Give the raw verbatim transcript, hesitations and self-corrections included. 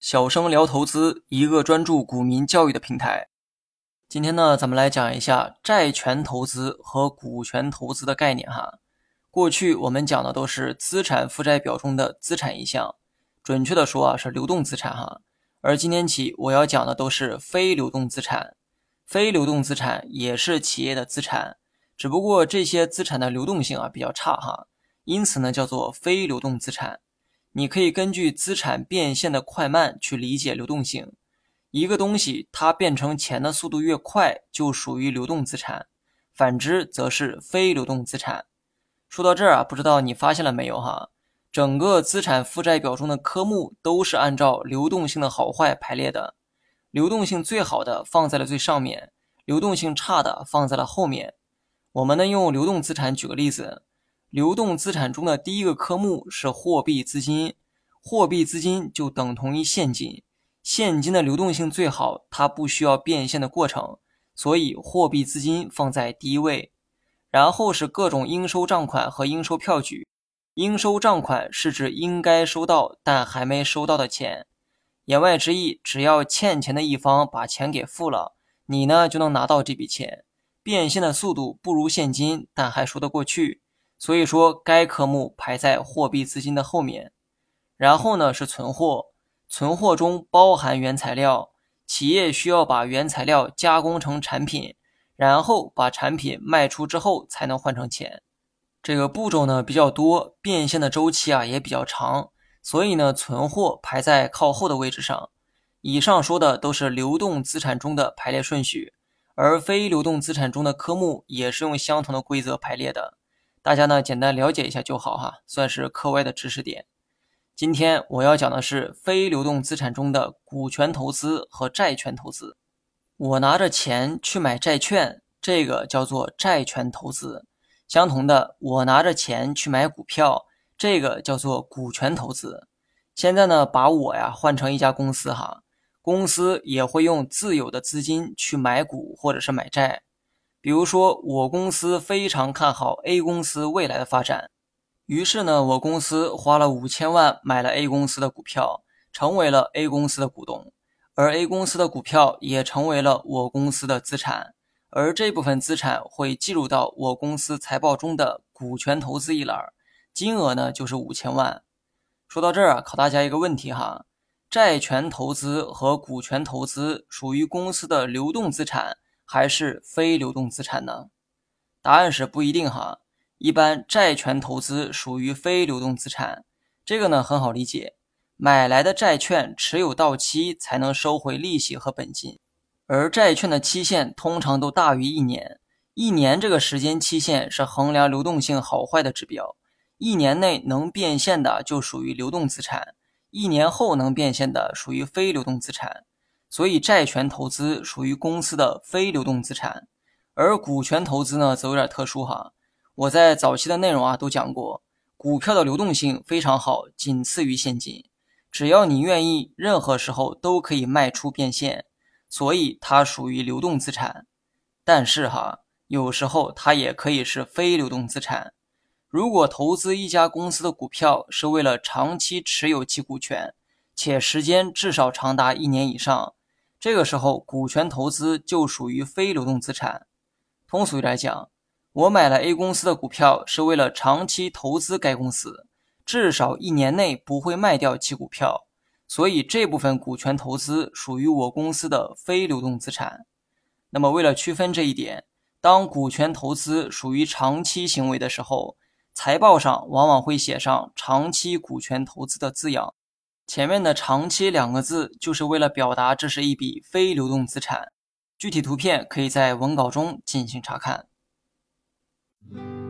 小生聊投资，一个专注股民教育的平台。今天呢，咱们来讲一下债权投资和股权投资的概念哈。过去我们讲的都是资产负债表中的资产一项，准确的说啊是流动资产哈。而今天起我要讲的都是非流动资产，非流动资产也是企业的资产，只不过这些资产的流动性啊比较差哈，因此呢叫做非流动资产。你可以根据资产变现的快慢去理解流动性。一个东西它变成钱的速度越快，就属于流动资产，反之则是非流动资产。说到这儿啊，不知道你发现了没有哈？整个资产负债表中的科目都是按照流动性的好坏排列的，流动性最好的放在了最上面，流动性差的放在了后面。我们呢用流动资产举个例子，流动资产中的第一个科目是货币资金，货币资金就等同于现金，现金的流动性最好，它不需要变现的过程，所以货币资金放在第一位。然后是各种应收账款和应收票据，应收账款是指应该收到但还没收到的钱，言外之意，只要欠钱的一方把钱给付了，你呢就能拿到这笔钱，变现的速度不如现金，但还说得过去，所以说该科目排在货币资金的后面。然后呢是存货，存货中包含原材料，企业需要把原材料加工成产品，然后把产品卖出之后才能换成钱。这个步骤呢比较多，变现的周期啊也比较长，所以呢存货排在靠后的位置上。以上说的都是流动资产中的排列顺序，而非流动资产中的科目也是用相同的规则排列的。大家呢简单了解一下就好哈，算是课外的知识点。今天我要讲的是非流动资产中的股权投资和债权投资。我拿着钱去买债券，这个叫做债权投资。相同的，我拿着钱去买股票，这个叫做股权投资。现在呢，把我呀换成一家公司哈，公司也会用自有的资金去买股或者是买债。比如说，我公司非常看好 A 公司未来的发展，于是呢，我公司花了五千万买了 A 公司的股票，成为了 A 公司的股东，而 A 公司的股票也成为了我公司的资产，而这部分资产会计入到我公司财报中的股权投资一栏，金额呢就是五千万。说到这儿啊，考大家一个问题哈，债权投资和股权投资属于公司的流动资产还是非流动资产呢？答案是不一定哈。一般债权投资属于非流动资产，这个呢很好理解，买来的债券持有到期才能收回利息和本金，而债券的期限通常都大于一年，一年这个时间期限是衡量流动性好坏的指标，一年内能变现的就属于流动资产，一年后能变现的属于非流动资产，所以债权投资属于公司的非流动资产，而股权投资呢则有点特殊哈。我在早期的内容啊都讲过，股票的流动性非常好，仅次于现金，只要你愿意，任何时候都可以卖出变现，所以它属于流动资产。但是哈，有时候它也可以是非流动资产。如果投资一家公司的股票是为了长期持有其股权，且时间至少长达一年以上，这个时候股权投资就属于非流动资产。通俗来讲，我买了 A 公司的股票是为了长期投资该公司，至少一年内不会卖掉其股票，所以这部分股权投资属于我公司的非流动资产。那么为了区分这一点，当股权投资属于长期行为的时候，财报上往往会写上长期股权投资的字样，前面的长期两个字就是为了表达这是一笔非流动资产。具体图片可以在文稿中进行查看。